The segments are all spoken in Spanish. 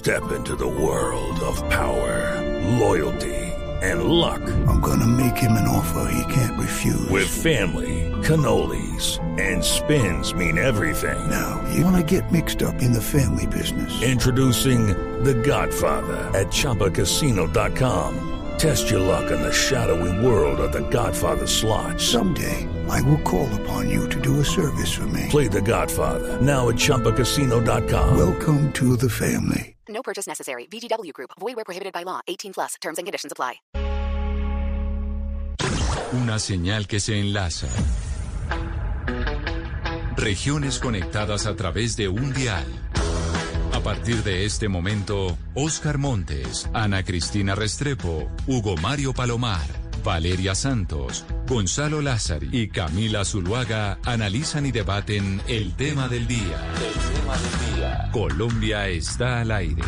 Step into the world of power, loyalty, and luck. I'm gonna make him an offer he can't refuse. With family, cannolis, and spins mean everything. Now, you wanna get mixed up in the family business. Introducing The Godfather at ChumbaCasino.com. Test your luck in the shadowy world of The Godfather slot. Someday, I will call upon you to do a service for me. Play The Godfather now at ChumbaCasino.com. Welcome to the family. No purchase necessary. VGW Group. Void where prohibited by law. 18+. Terms and conditions apply. Una señal que se enlaza. Regiones conectadas a través de un dial. A partir de este momento, Óscar Montes, Ana Cristina Restrepo, Hugo Mario Palomar, Valeria Santos, Gonzalo Lázari y Camila Zuluaga analizan y debaten el tema del día. Colombia está al aire.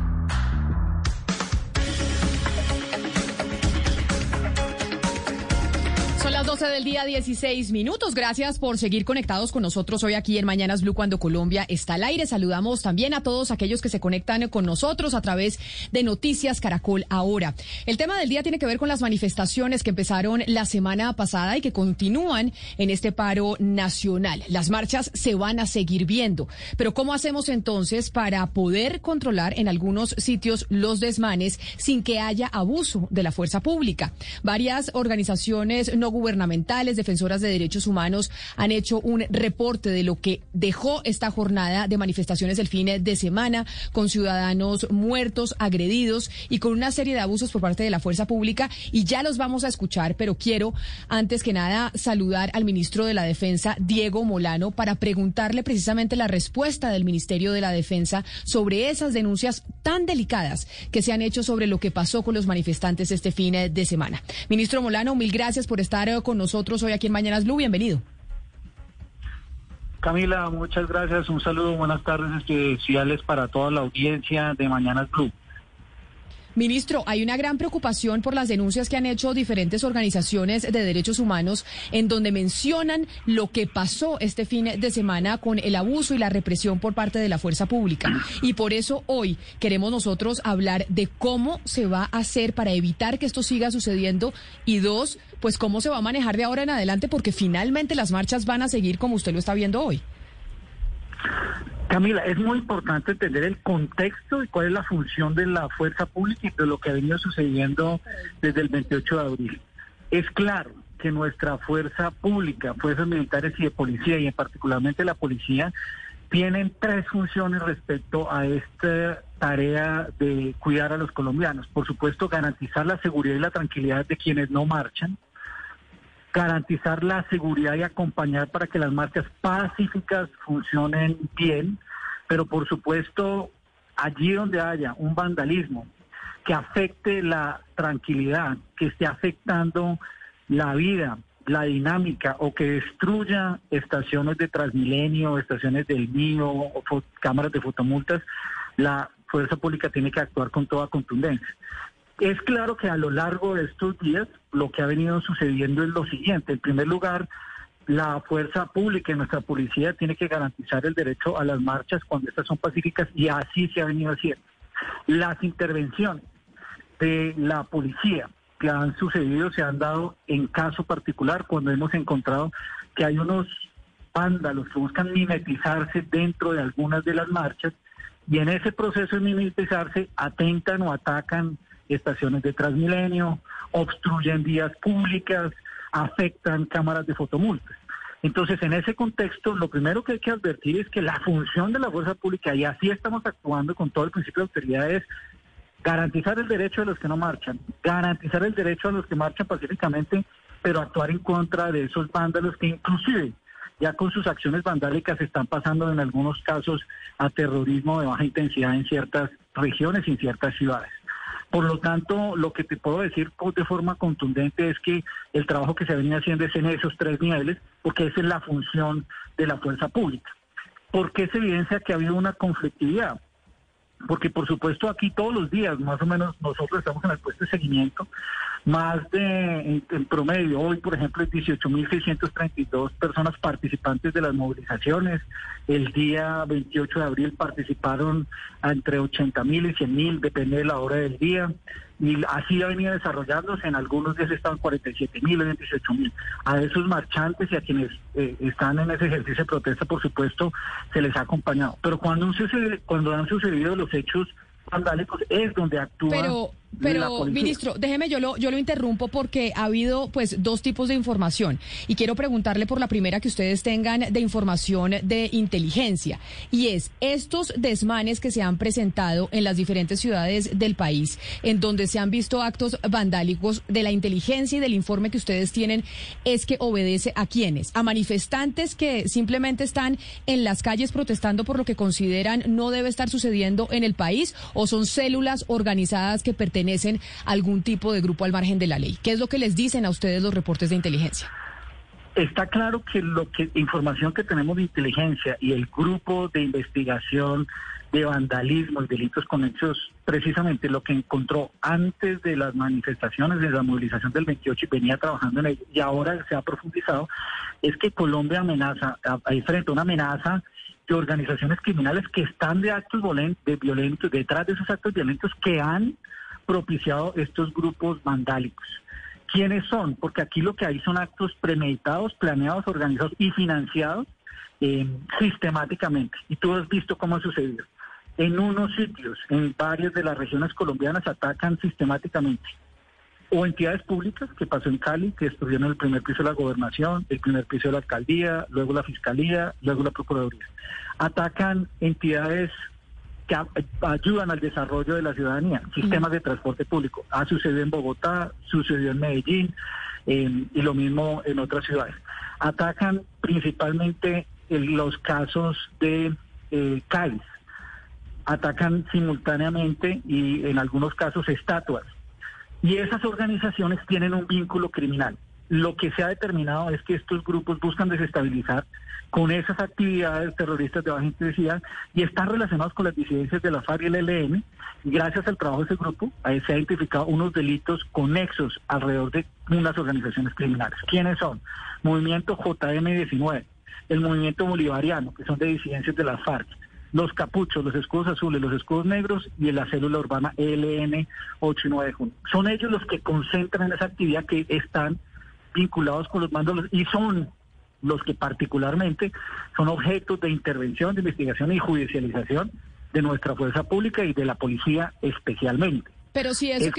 Son las 12 del día, 16 minutos. Gracias por seguir conectados con nosotros hoy aquí en Mañanas Blue cuando Colombia está al aire. Saludamos también a todos aquellos que se conectan con nosotros a través de Noticias Caracol Ahora. El tema del día tiene que ver con las manifestaciones que empezaron la semana pasada y que continúan en este paro nacional. Las marchas se van a seguir viendo. Pero ¿cómo hacemos entonces para poder controlar en algunos sitios los desmanes sin que haya abuso de la fuerza pública? Varias organizaciones no gubernamentales, defensoras de derechos humanos, han hecho un reporte de lo que dejó esta jornada de manifestaciones el fin de semana, con ciudadanos muertos, agredidos y con una serie de abusos por parte de la fuerza pública, y ya los vamos a escuchar, pero quiero antes que nada saludar al ministro de la Defensa, Diego Molano, para preguntarle precisamente la respuesta del Ministerio de la Defensa sobre esas denuncias tan delicadas que se han hecho sobre lo que pasó con los manifestantes este fin de semana. Ministro Molano, mil gracias por estar con nosotros hoy aquí en Mañanas Blue. Bienvenido. Camila, muchas gracias. Un saludo, buenas tardes especiales para toda la audiencia de Mañanas Blue. Ministro, hay una gran preocupación por las denuncias que han hecho diferentes organizaciones de derechos humanos en donde mencionan lo que pasó este fin de semana con el abuso y la represión por parte de la fuerza pública. Y por eso hoy queremos nosotros hablar de cómo se va a hacer para evitar que esto siga sucediendo y dos, pues cómo se va a manejar de ahora en adelante, porque finalmente las marchas van a seguir como usted lo está viendo hoy. Camila, es muy importante entender el contexto y cuál es la función de la fuerza pública y de lo que ha venido sucediendo desde el 28 de abril. Es claro que nuestra fuerza pública, fuerzas militares y de policía, y en particularmente la policía, tienen tres funciones respecto a esta tarea de cuidar a los colombianos. Por supuesto, garantizar la seguridad y la tranquilidad de quienes no marchan, garantizar la seguridad y acompañar para que las marchas pacíficas funcionen bien, pero por supuesto, allí donde haya un vandalismo que afecte la tranquilidad, que esté afectando la vida, la dinámica, o que destruya estaciones de Transmilenio, estaciones del Mío, o cámaras de fotomultas, la fuerza pública tiene que actuar con toda contundencia. Es claro que a lo largo de estos días lo que ha venido sucediendo es lo siguiente. En primer lugar, la fuerza pública y nuestra policía tiene que garantizar el derecho a las marchas cuando estas son pacíficas, y así se ha venido haciendo. Las intervenciones de la policía que han sucedido se han dado en caso particular cuando hemos encontrado que hay unos vándalos que buscan mimetizarse dentro de algunas de las marchas, y en ese proceso de mimetizarse atentan o atacan estaciones de Transmilenio, obstruyen vías públicas, afectan cámaras de fotomultas. Entonces, en ese contexto, lo primero que hay que advertir es que la función de la fuerza pública, y así estamos actuando con todo el principio de austeridad, es garantizar el derecho de los que no marchan, garantizar el derecho a los que marchan pacíficamente, pero actuar en contra de esos vándalos que inclusive ya con sus acciones vandálicas están pasando en algunos casos a terrorismo de baja intensidad en ciertas regiones y en ciertas ciudades. Por lo tanto, lo que te puedo decir de forma contundente es que el trabajo que se ha venido haciendo es en esos tres niveles, porque esa es la función de la fuerza pública. ¿Por qué se evidencia que ha habido una conflictividad? Porque, por supuesto, aquí todos los días, más o menos, nosotros estamos en el puesto de seguimiento, Más de, en promedio, hoy por ejemplo, 18.632 personas participantes de las movilizaciones. El día 28 de abril participaron entre 80.000 y 100.000, depende de la hora del día. Y así ha venido desarrollándose. En algunos días estaban 47.000, en 18.000. A esos marchantes y a quienes están en ese ejercicio de protesta, por supuesto, se les ha acompañado. Pero cuando han sucedido los hechos vandálicos es donde actúa la policía. Ministro, déjeme, yo lo interrumpo porque ha habido pues dos tipos de información y quiero preguntarle por la primera que ustedes tengan de información de inteligencia, y es estos desmanes que se han presentado en las diferentes ciudades del país en donde se han visto actos vandálicos. De la inteligencia y del informe que ustedes tienen, ¿es que obedece a quiénes? ¿A manifestantes que simplemente están en las calles protestando por lo que consideran no debe estar sucediendo en el país, o son células organizadas que pertenecen a algún tipo de grupo al margen de la ley? ¿Qué es lo que les dicen a ustedes los reportes de inteligencia? Está claro que información que tenemos de inteligencia y el grupo de investigación de vandalismo y delitos conexos, precisamente lo que encontró antes de las manifestaciones, de la movilización del 28, y venía trabajando en ello, y ahora se ha profundizado, es que Colombia enfrenta una amenaza de organizaciones criminales que están detrás de esos actos violentos que han propiciado estos grupos vandálicos. ¿Quiénes son? Porque aquí lo que hay son actos premeditados, planeados, organizados y financiados sistemáticamente. Y tú has visto cómo ha sucedido. En unos sitios, en varias de las regiones colombianas, atacan sistemáticamente o entidades públicas, que pasó en Cali, que destruyeron el primer piso de la gobernación, el primer piso de la alcaldía, luego la fiscalía, luego la procuraduría. Atacan entidades que ayudan al desarrollo de la ciudadanía, sistemas de transporte público. Ha sucedido en Bogotá, sucedió en Medellín, y lo mismo en otras ciudades. Atacan principalmente los casos de Cali. Atacan simultáneamente y en algunos casos estatuas. Y esas organizaciones tienen un vínculo criminal. Lo que se ha determinado es que estos grupos buscan desestabilizar con esas actividades terroristas de baja intensidad y están relacionados con las disidencias de la FARC y el ELN. Y gracias al trabajo de ese grupo, se ha identificado unos delitos conexos alrededor de unas organizaciones criminales. ¿Quiénes son? Movimiento JM-19, el Movimiento Bolivariano, que son de disidencias de la FARC, los capuchos, los escudos azules, los escudos negros y la célula urbana ELN 8 y 9 de junio. Son ellos los que concentran esa actividad, que están vinculados con los mandos y son los que particularmente son objetos de intervención, de investigación y judicialización de nuestra fuerza pública y de la policía especialmente. Pero si eso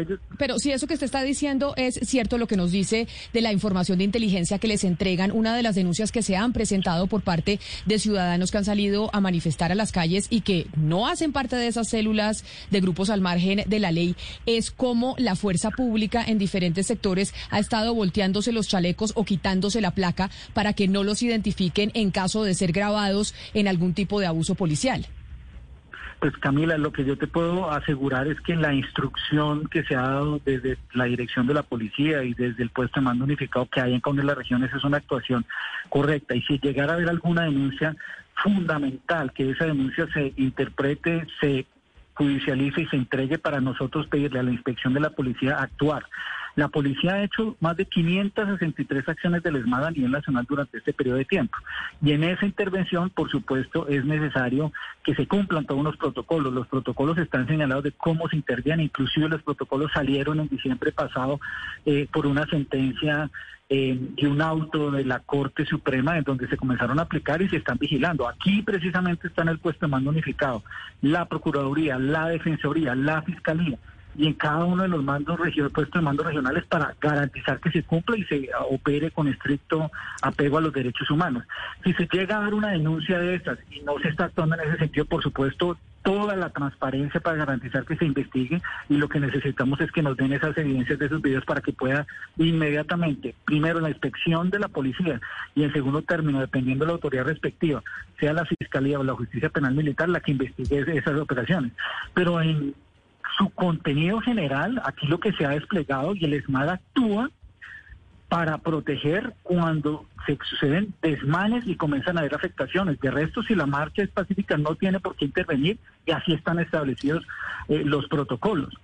que usted está diciendo es cierto, lo que nos dice de la información de inteligencia que les entregan, una de las denuncias que se han presentado por parte de ciudadanos que han salido a manifestar a las calles y que no hacen parte de esas células de grupos al margen de la ley, es cómo la fuerza pública en diferentes sectores ha estado volteándose los chalecos o quitándose la placa para que no los identifiquen en caso de ser grabados en algún tipo de abuso policial. Pues Camila, lo que yo te puedo asegurar es que la instrucción que se ha dado desde la dirección de la policía y desde el puesto de mando unificado que hay en cada una de las regiones es una actuación correcta. Y si llegara a haber alguna denuncia, fundamental que esa denuncia se interprete, se judicialice y se entregue para nosotros pedirle a la inspección de la policía actuar. La policía ha hecho más de 563 acciones del ESMAD a nivel nacional durante este periodo de tiempo. Y en esa intervención, por supuesto, es necesario que se cumplan todos los protocolos. Los protocolos están señalados de cómo se interviene. Inclusive los protocolos salieron en diciembre pasado por una sentencia y un auto de la Corte Suprema en donde se comenzaron a aplicar y se están vigilando. Aquí precisamente está en el puesto de mando unificado la Procuraduría, la Defensoría, la Fiscalía, y en cada uno de los puestos de mando regionales para garantizar que se cumpla y se opere con estricto apego a los derechos humanos. Si se llega a dar una denuncia de estas y no se está actuando en ese sentido, por supuesto, toda la transparencia para garantizar que se investigue, y lo que necesitamos es que nos den esas evidencias de esos videos para que pueda inmediatamente, primero la inspección de la policía y en segundo término, dependiendo de la autoridad respectiva, sea la Fiscalía o la Justicia Penal Militar la que investigue esas operaciones. Pero en su contenido general, aquí lo que se ha desplegado y el ESMAD actúa para proteger cuando se suceden desmanes y comienzan a haber afectaciones. De resto, si la marcha es pacífica, no tiene por qué intervenir y así están establecidos los protocolos.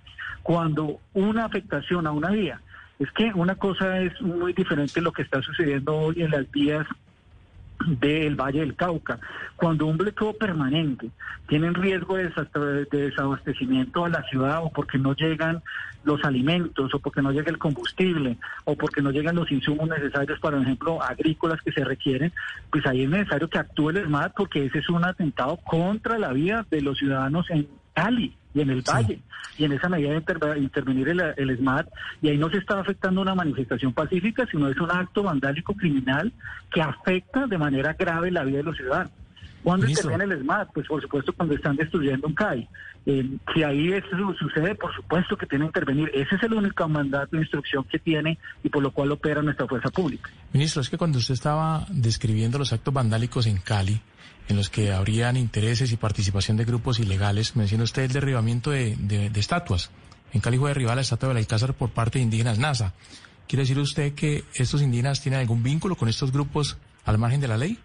cuando una afectación a una vía. Es que una cosa es muy diferente lo que está sucediendo hoy en las vías del Valle del Cauca. Cuando un bloqueo permanente tiene riesgo de desabastecimiento a la ciudad, o porque no llegan los alimentos, o porque no llega el combustible, o porque no llegan los insumos necesarios, por ejemplo, agrícolas que se requieren, pues ahí es necesario que actúe el ESMAD, porque ese es un atentado contra la vida de los ciudadanos en Cali y en el Valle, y en esa medida de intervenir el ESMAD, y ahí no se está afectando una manifestación pacífica, sino es un acto vandálico criminal que afecta de manera grave la vida de los ciudadanos. ¿Cuándo interviene el ESMAD? Pues por supuesto cuando están destruyendo un CAI. Si ahí eso sucede, por supuesto que tiene que intervenir. Ese es el único mandato de instrucción que tiene y por lo cual opera nuestra fuerza pública. Ministro, es que cuando usted estaba describiendo los actos vandálicos en Cali, en los que habrían intereses y participación de grupos ilegales, menciona usted el derribamiento de estatuas. En Cali fue derribada la estatua del Alcázar por parte de indígenas NASA. ¿Quiere decir usted que estos indígenas tienen algún vínculo con estos grupos al margen de la ley?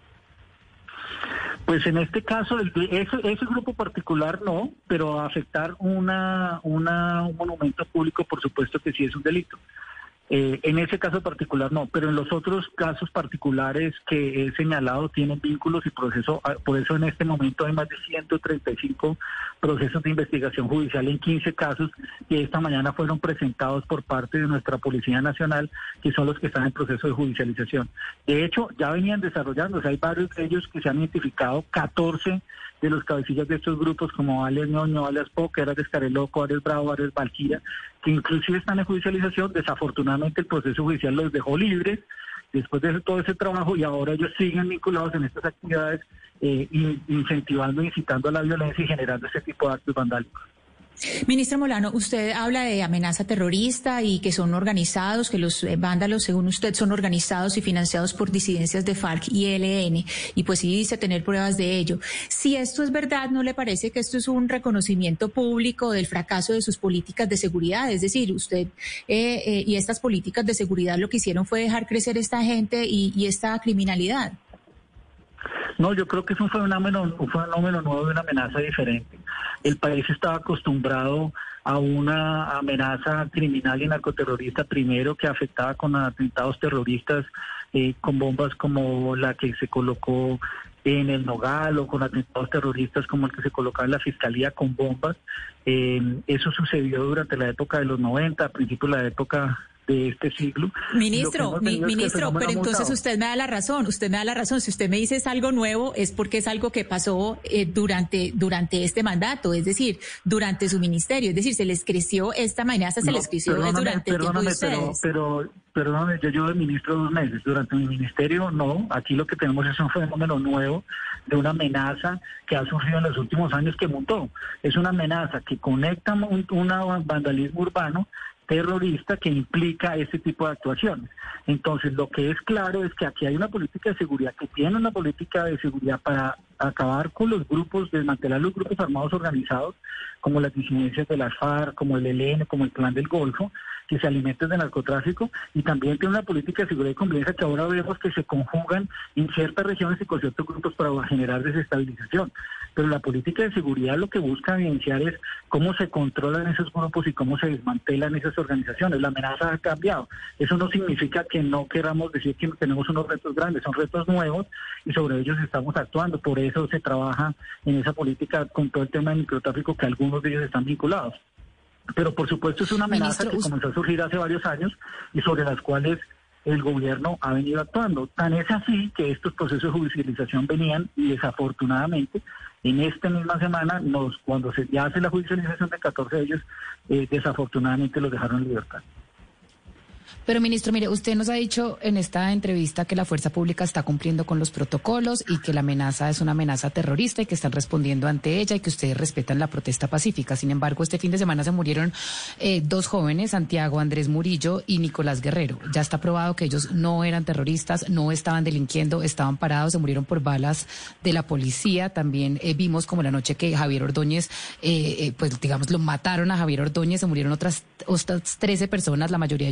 Pues en este caso, ese grupo particular no, pero afectar un monumento público, por supuesto que sí es un delito. En ese caso particular no, pero en los otros casos particulares que he señalado tienen vínculos y procesos. Por eso en este momento hay más de 135 procesos de investigación judicial en 15 casos que esta mañana fueron presentados por parte de nuestra Policía Nacional, que son los que están en proceso de judicialización. De hecho, ya venían desarrollándose, hay varios de ellos que se han identificado, 14 de los cabecillas de estos grupos, como alias Ñoño, alias Poca, alias Descareloco, alias Bravo, alias Valquíria, que inclusive están en judicialización. Desafortunadamente el proceso judicial los dejó libres después de todo ese trabajo, y ahora ellos siguen vinculados en estas actividades, incentivando, incitando a la violencia y generando este tipo de actos vandálicos. Ministro Molano, usted habla de amenaza terrorista y que son organizados, que los vándalos, según usted, son organizados y financiados por disidencias de FARC y ELN, y pues sí dice tener pruebas de ello. Si esto es verdad, ¿no le parece que esto es un reconocimiento público del fracaso de sus políticas de seguridad? Es decir, usted y estas políticas de seguridad lo que hicieron fue dejar crecer esta gente y esta criminalidad. No, yo creo que es un fenómeno nuevo de una amenaza diferente. El país estaba acostumbrado a una amenaza criminal y narcoterrorista, primero, que afectaba con atentados terroristas, con bombas como la que se colocó en el Nogal, o con atentados terroristas como el que se colocaba en la Fiscalía con bombas. Eso sucedió durante la época de los 90, a principios de la época de este siglo. Ministro, pero entonces usted me da la razón. Si usted me dice es algo nuevo, es porque es algo que pasó durante este mandato, es decir, durante su ministerio. Es decir, se les creció esta amenaza, les creció durante el tiempo de ustedes. Perdóname, yo llevo de ministro 2 meses. Durante mi ministerio, no. Aquí lo que tenemos es un fenómeno nuevo de una amenaza que ha surgido en los últimos años, que mutó. Es una amenaza que conecta un vandalismo urbano terrorista que implica este tipo de actuaciones. Entonces, lo que es claro es que aquí hay una política de seguridad, que tiene una política de seguridad para acabar con los grupos, desmantelar los grupos armados organizados, como las disidencias de las FARC, como el ELN, como el Clan del Golfo, que se alimentan de narcotráfico, y también tiene una política de seguridad y convivencia que ahora vemos que se conjugan en ciertas regiones y con ciertos grupos para generar desestabilización. Pero la política de seguridad lo que busca evidenciar es cómo se controlan esos grupos y cómo se desmantelan esas organizaciones. La amenaza ha cambiado. Eso no significa que no queramos decir que tenemos unos retos grandes, son retos nuevos y sobre ellos estamos actuando. Por eso se trabaja en esa política con todo el tema del microtráfico, que algunos de ellos están vinculados. Pero por supuesto es una amenaza que comenzó a surgir hace varios años y sobre las cuales el gobierno ha venido actuando. Tan es así que estos procesos de judicialización venían, y desafortunadamente en esta misma semana, cuando ya hace la judicialización de 14 de ellos, desafortunadamente los dejaron en libertad. Pero, ministro, mire, usted nos ha dicho en esta entrevista que la fuerza pública está cumpliendo con los protocolos y que la amenaza es una amenaza terrorista y que están respondiendo ante ella y que ustedes respetan la protesta pacífica. Sin embargo, este fin de semana se murieron 2 jóvenes, Santiago Andrés Murillo y Nicolás Guerrero. Ya está probado que ellos no eran terroristas, no estaban delinquiendo, estaban parados, se murieron por balas de la policía. También vimos como la noche que Javier Ordóñez, pues digamos, lo mataron a Javier Ordóñez, se murieron otras 13 personas, la mayoría de ellos jóvenes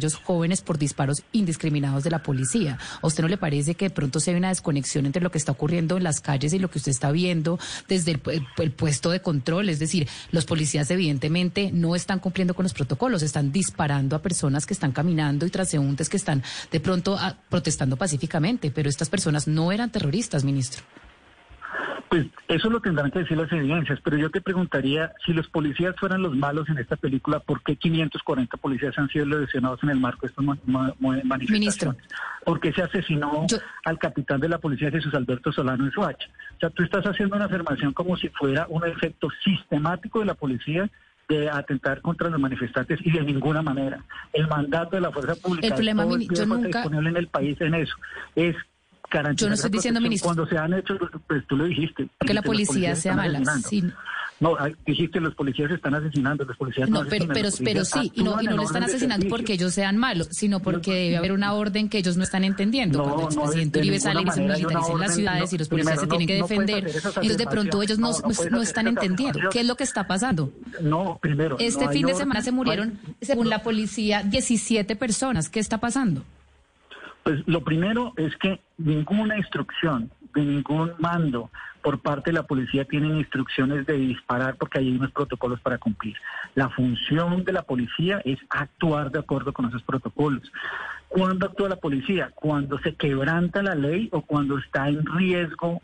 jóvenes por disparos indiscriminados de la policía. ¿A usted no le parece que de pronto se hay una desconexión entre lo que está ocurriendo en las calles y lo que usted está viendo desde el puesto de control? Es decir, los policías evidentemente no están cumpliendo con los protocolos, están disparando a personas que están caminando y transeúntes que están de pronto protestando pacíficamente, pero estas personas no eran terroristas, ministro. Pues eso lo tendrán que decir las evidencias, pero yo te preguntaría, si los policías fueran los malos en esta película, ¿por qué 540 policías han sido lesionados en el marco de estas manifestaciones? Ministro. ¿Por qué se asesinó al capitán de la policía, Jesús Alberto Solano, en Soacha? O sea, tú estás haciendo una afirmación como si fuera un efecto sistemático de la policía de atentar contra los manifestantes, y de ninguna manera. El mandato de la fuerza pública, el problema, yo nunca disponible en el país en eso, es yo no estoy diciendo, ministro, cuando se han hecho, pues tú lo dijiste, que la policía sea mala. Sí. No, dijiste los policías están asesinando, los policías no, pero sí, y no lo están asesinando porque ellos sean malos, sino porque debe haber una orden que ellos no están entendiendo. Cuando el presidente Uribe sale y se militariza en las ciudades y los policías se tienen que defender, ellos de pronto ellos no están entendiendo. ¿Qué es lo que está pasando? No, primero. Este fin de semana se murieron, según la policía, 17 personas. ¿Qué está pasando? Pues lo primero es que ninguna instrucción de ningún mando por parte de la policía tienen instrucciones de disparar, porque hay unos protocolos para cumplir. La función de la policía es actuar de acuerdo con esos protocolos. ¿Cuándo actúa la policía? Cuando se quebranta la ley o cuando está en riesgo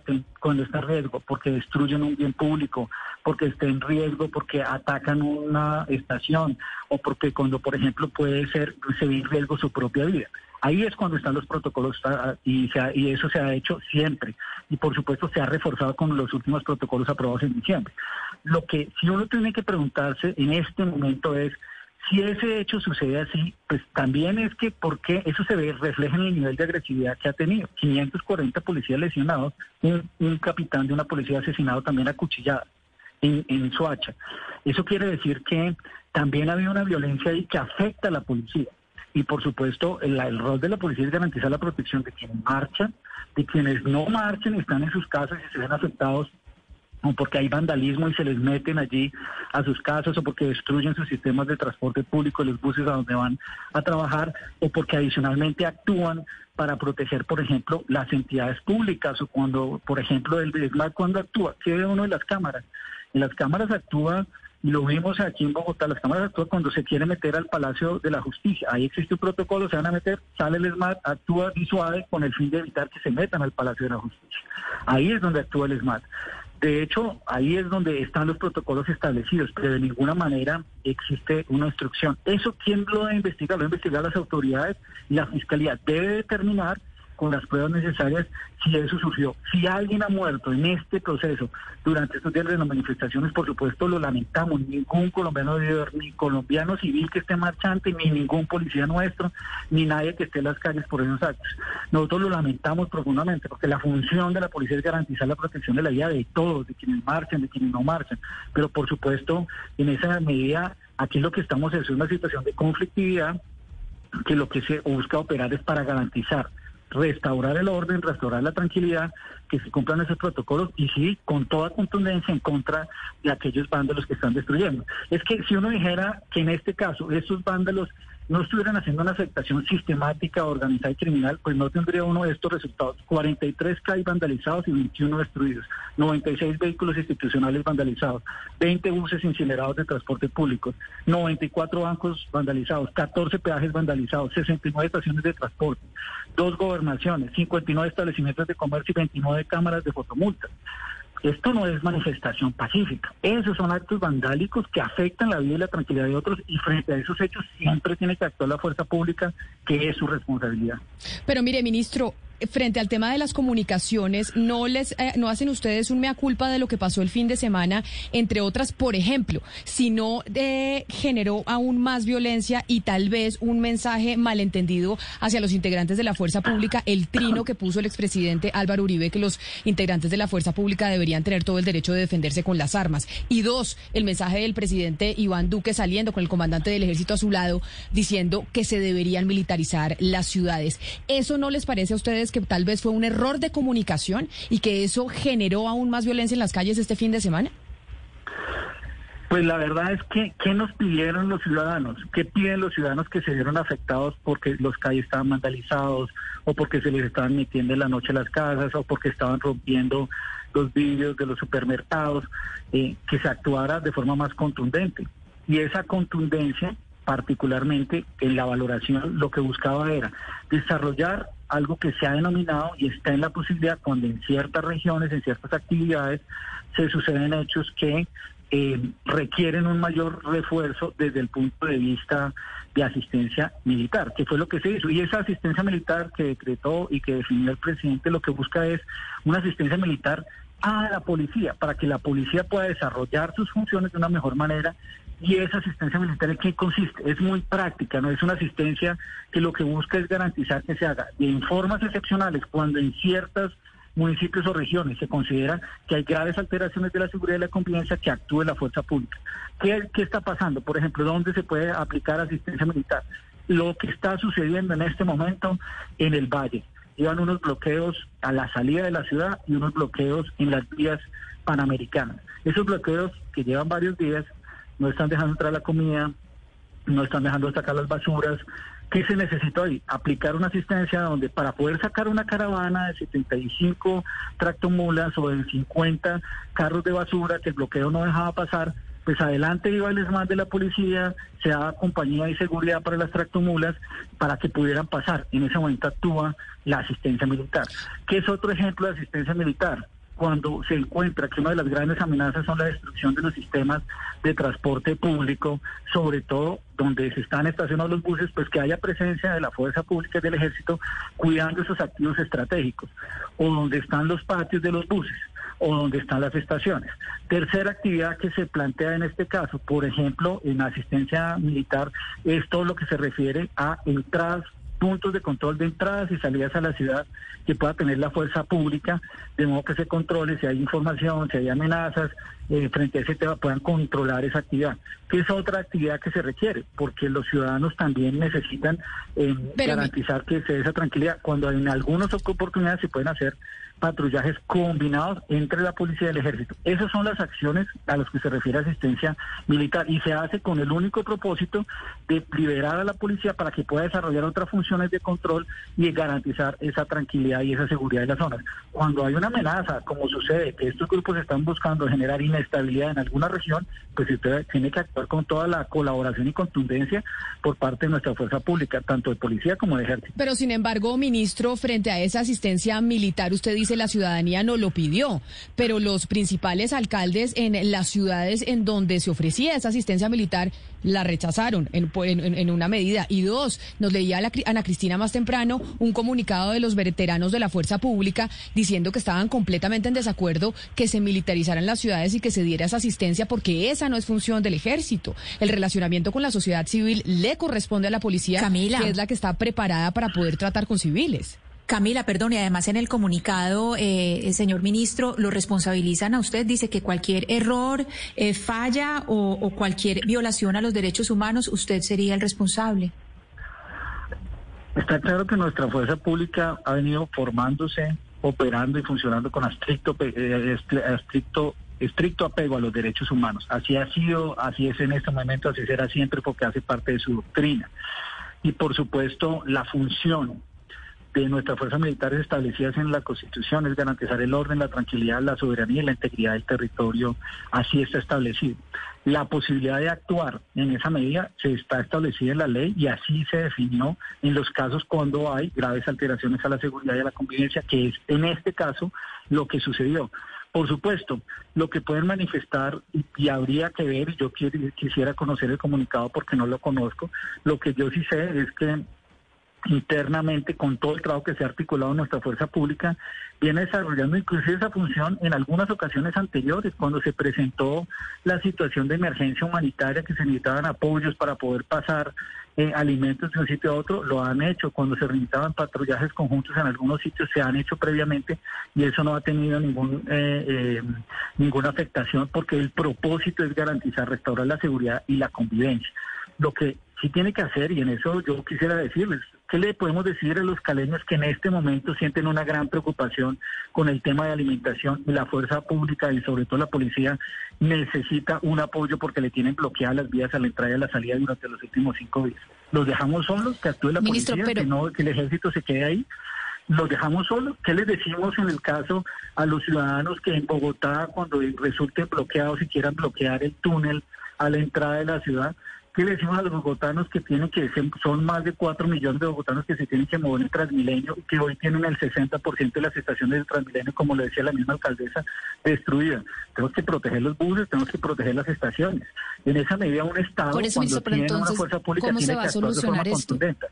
porque destruyen un bien público, porque está en riesgo, porque atacan una estación, o porque cuando, por ejemplo, se ve en riesgo su propia vida. Ahí es cuando están los protocolos y eso se ha hecho siempre. Y por supuesto se ha reforzado con los últimos protocolos aprobados en diciembre. Lo que si uno tiene que preguntarse en este momento es, si ese hecho sucede así, pues también es que ¿por qué eso refleja en el nivel de agresividad que ha tenido? 540 policías lesionados, un capitán de una policía asesinado también acuchillado en Soacha. Eso quiere decir que también había una violencia ahí que afecta a la policía. Y por supuesto, el rol de la policía es garantizar la protección de quienes marchan, de quienes no marchen y están en sus casas y se ven afectados, o porque hay vandalismo y se les meten allí a sus casas, o porque destruyen sus sistemas de transporte público, los buses a donde van a trabajar, o porque adicionalmente actúan para proteger, por ejemplo, las entidades públicas, o cuando, por ejemplo, el ESMAD cuando actúa, ¿qué ve uno de las cámaras? En las cámaras actúa, y lo vimos aquí en Bogotá, las cámaras actúan cuando se quiere meter al Palacio de la Justicia. Ahí existe un protocolo, se van a meter, sale el ESMAD, actúa disuade con el fin de evitar que se metan al Palacio de la Justicia. Ahí es donde actúa el ESMAD. De hecho, ahí es donde están los protocolos establecidos, pero de ninguna manera existe una instrucción. ¿Eso quién lo debe investigar? Lo deben investigar las autoridades, y la Fiscalía debe determinar con las pruebas necesarias si eso surgió. Si alguien ha muerto en este proceso durante estos días de las manifestaciones, por supuesto lo lamentamos. Ningún colombiano debe haber, ni colombiano civil que esté marchante, ni ningún policía nuestro, ni nadie que esté en las calles por esos actos. Nosotros lo lamentamos profundamente, porque la función de la policía es garantizar la protección de la vida de todos, de quienes marchan, de quienes no marchan. Pero por supuesto, en esa medida, aquí lo que estamos es una situación de conflictividad, que lo que se busca operar es para garantizar, restaurar el orden, restaurar la tranquilidad, que se cumplan esos protocolos, y sí, con toda contundencia en contra de aquellos vándalos que están destruyendo. Es que si uno dijera que en este caso estos vándalos no estuvieran haciendo una afectación sistemática, organizada y criminal, pues no tendría uno de estos resultados. 43 CAI vandalizados y 21 destruidos, 96 vehículos institucionales vandalizados, 20 buses incinerados de transporte público, 94 bancos vandalizados, 14 peajes vandalizados, 69 estaciones de transporte, 2 gobernaciones, 59 establecimientos de comercio y 29 cámaras de fotomultas. Esto no es manifestación pacífica. Esos son actos vandálicos que afectan la vida y la tranquilidad de otros, y frente a esos hechos siempre tiene que actuar la fuerza pública, que es su responsabilidad. Pero mire, ministro, frente al tema de las comunicaciones, ¿no hacen ustedes un mea culpa de lo que pasó el fin de semana? Entre otras, por ejemplo, si no generó aún más violencia y tal vez un mensaje malentendido hacia los integrantes de la fuerza pública, el trino que puso el expresidente Álvaro Uribe, que los integrantes de la fuerza pública deberían tener todo el derecho de defenderse con las armas. Y 2, el mensaje del presidente Iván Duque saliendo con el comandante del ejército a su lado, diciendo que se deberían militarizar las ciudades. ¿Eso no les parece a ustedes que tal vez fue un error de comunicación y que eso generó aún más violencia en las calles este fin de semana? Pues la verdad es que, ¿qué nos pidieron los ciudadanos? ¿Qué piden los ciudadanos que se vieron afectados porque los calles estaban vandalizados o porque se les estaban metiendo en la noche a las casas o porque estaban rompiendo los vidrios de los supermercados? Que se actuara de forma más contundente. Y esa contundencia, particularmente en la valoración, lo que buscaba era desarrollar algo que se ha denominado y está en la posibilidad cuando en ciertas regiones, en ciertas actividades, se suceden hechos que requieren un mayor refuerzo desde el punto de vista de asistencia militar, que fue lo que se hizo. Y esa asistencia militar que decretó y que definió el presidente, lo que busca es una asistencia militar a la policía, para que la policía pueda desarrollar sus funciones de una mejor manera. Y esa asistencia militar, ¿en qué consiste? Es muy práctica, no es una asistencia que lo que busca es garantizar que se haga en formas excepcionales, cuando en ciertos municipios o regiones se considera que hay graves alteraciones de la seguridad y la convivencia, que actúe la fuerza pública. ¿Qué está pasando? Por ejemplo, ¿dónde se puede aplicar asistencia militar? Lo que está sucediendo en este momento en el Valle. Llevan unos bloqueos a la salida de la ciudad y unos bloqueos en las vías panamericanas. Esos bloqueos que llevan varios días no están dejando entrar la comida, no están dejando sacar las basuras. ¿Qué se necesita hoy? Aplicar una asistencia donde para poder sacar una caravana de 75 tractomulas o de 50 carros de basura que el bloqueo no dejaba pasar, pues adelante iba el ESMAD de la policía, se daba compañía y seguridad para las tractomulas para que pudieran pasar. En ese momento actúa la asistencia militar. ¿Qué es otro ejemplo de asistencia militar? Cuando se encuentra que una de las grandes amenazas son la destrucción de los sistemas de transporte público, sobre todo donde se están estacionados los buses, pues que haya presencia de la fuerza pública y del ejército cuidando esos activos estratégicos, o donde están los patios de los buses, o donde están las estaciones. Tercera actividad que se plantea en este caso, por ejemplo, en asistencia militar, es todo lo que se refiere a entradas, puntos de control de entradas y salidas a la ciudad que pueda tener la fuerza pública, de modo que se controle si hay información, si hay amenazas, frente a ese tema puedan controlar esa actividad, que es otra actividad que se requiere, porque los ciudadanos también necesitan garantizar que se dé esa tranquilidad. Cuando en algunas oportunidades se pueden hacer patrullajes combinados entre la policía y el ejército. Esas son las acciones a las que se refiere asistencia militar y se hace con el único propósito de liberar a la policía para que pueda desarrollar otras funciones de control y garantizar esa tranquilidad y esa seguridad de las zonas. Cuando hay una amenaza, como sucede, que estos grupos están buscando generar inestabilidad en alguna región, pues usted tiene que actuar con toda la colaboración y contundencia por parte de nuestra fuerza pública, tanto de policía como de ejército. Pero sin embargo, ministro, frente a esa asistencia militar, usted dice la ciudadanía no lo pidió, pero los principales alcaldes en las ciudades en donde se ofrecía esa asistencia militar la rechazaron en una medida. Y dos, nos leía Ana Cristina más temprano un comunicado de los veteranos de la fuerza pública diciendo que estaban completamente en desacuerdo que se militarizaran las ciudades y que se diera esa asistencia porque esa no es función del ejército. El relacionamiento con la sociedad civil le corresponde a la policía, Camila, que es la que está preparada para poder tratar con civiles. Camila, perdón, y además en el comunicado, señor ministro, lo responsabilizan a usted, dice que cualquier error, falla o cualquier violación a los derechos humanos, usted sería el responsable. Está claro que nuestra fuerza pública ha venido formándose, operando y funcionando con estricto apego a los derechos humanos. Así ha sido, así es en este momento, así será siempre porque hace parte de su doctrina. Y por supuesto, la función de nuestras fuerzas militares establecidas en la Constitución es garantizar el orden, la tranquilidad, la soberanía y la integridad del territorio. Así está establecido. La posibilidad de actuar en esa medida se está establecida en la ley y así se definió en los casos cuando hay graves alteraciones a la seguridad y a la convivencia, que es en este caso lo que sucedió. Por supuesto, lo que pueden manifestar y habría que ver, y yo quisiera conocer el comunicado porque no lo conozco, lo que yo sí sé es que internamente, con todo el trabajo que se ha articulado en nuestra fuerza pública, viene desarrollando inclusive esa función en algunas ocasiones anteriores, cuando se presentó la situación de emergencia humanitaria, que se necesitaban apoyos para poder pasar alimentos de un sitio a otro, lo han hecho. Cuando se necesitaban patrullajes conjuntos en algunos sitios, se han hecho previamente y eso no ha tenido ninguna afectación porque el propósito es garantizar, restaurar la seguridad y la convivencia. Lo que sí tiene que hacer, y en eso yo quisiera decirles, ¿qué le podemos decir a los caleños que en este momento sienten una gran preocupación con el tema de alimentación? Y la fuerza pública y sobre todo la policía necesita un apoyo porque le tienen bloqueadas las vías a la entrada y a la salida durante los últimos 5 días. ¿Los dejamos solos? ¿Que actúe la Ministro, policía? ¿Que el ejército se quede ahí? ¿Los dejamos solos? ¿Qué les decimos en el caso a los ciudadanos que en Bogotá, cuando resulten bloqueados y quieran bloquear el túnel a la entrada de la ciudad? ¿Qué le decimos a los bogotanos que son más de 4 millones de bogotanos que se tienen que mover en Transmilenio y que hoy tienen el 60% de las estaciones de Transmilenio, como le decía la misma alcaldesa, destruidas? Tenemos que proteger los buses, tenemos que proteger las estaciones. En esa medida un Estado, por eso, cuando tiene entonces, una fuerza pública, ¿cómo tiene se va que a actuar de forma solucionar esto? contundente.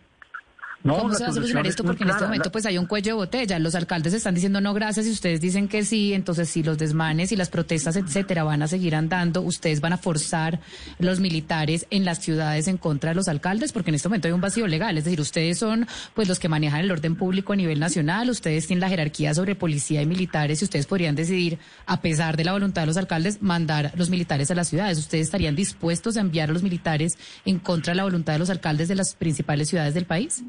¿Cómo se va a solucionar esto? Porque en este momento pues hay un cuello de botella. Los alcaldes están diciendo no gracias y ustedes dicen que sí. Entonces, si los desmanes y las protestas, etcétera, van a seguir andando, ustedes van a forzar los militares en las ciudades en contra de los alcaldes, porque en este momento hay un vacío legal. Es decir, ustedes son pues los que manejan el orden público a nivel nacional, ustedes tienen la jerarquía sobre policía y militares y ustedes podrían decidir, a pesar de la voluntad de los alcaldes, mandar los militares a las ciudades. ¿Ustedes estarían dispuestos a enviar a los militares en contra de la voluntad de los alcaldes de las principales ciudades del país?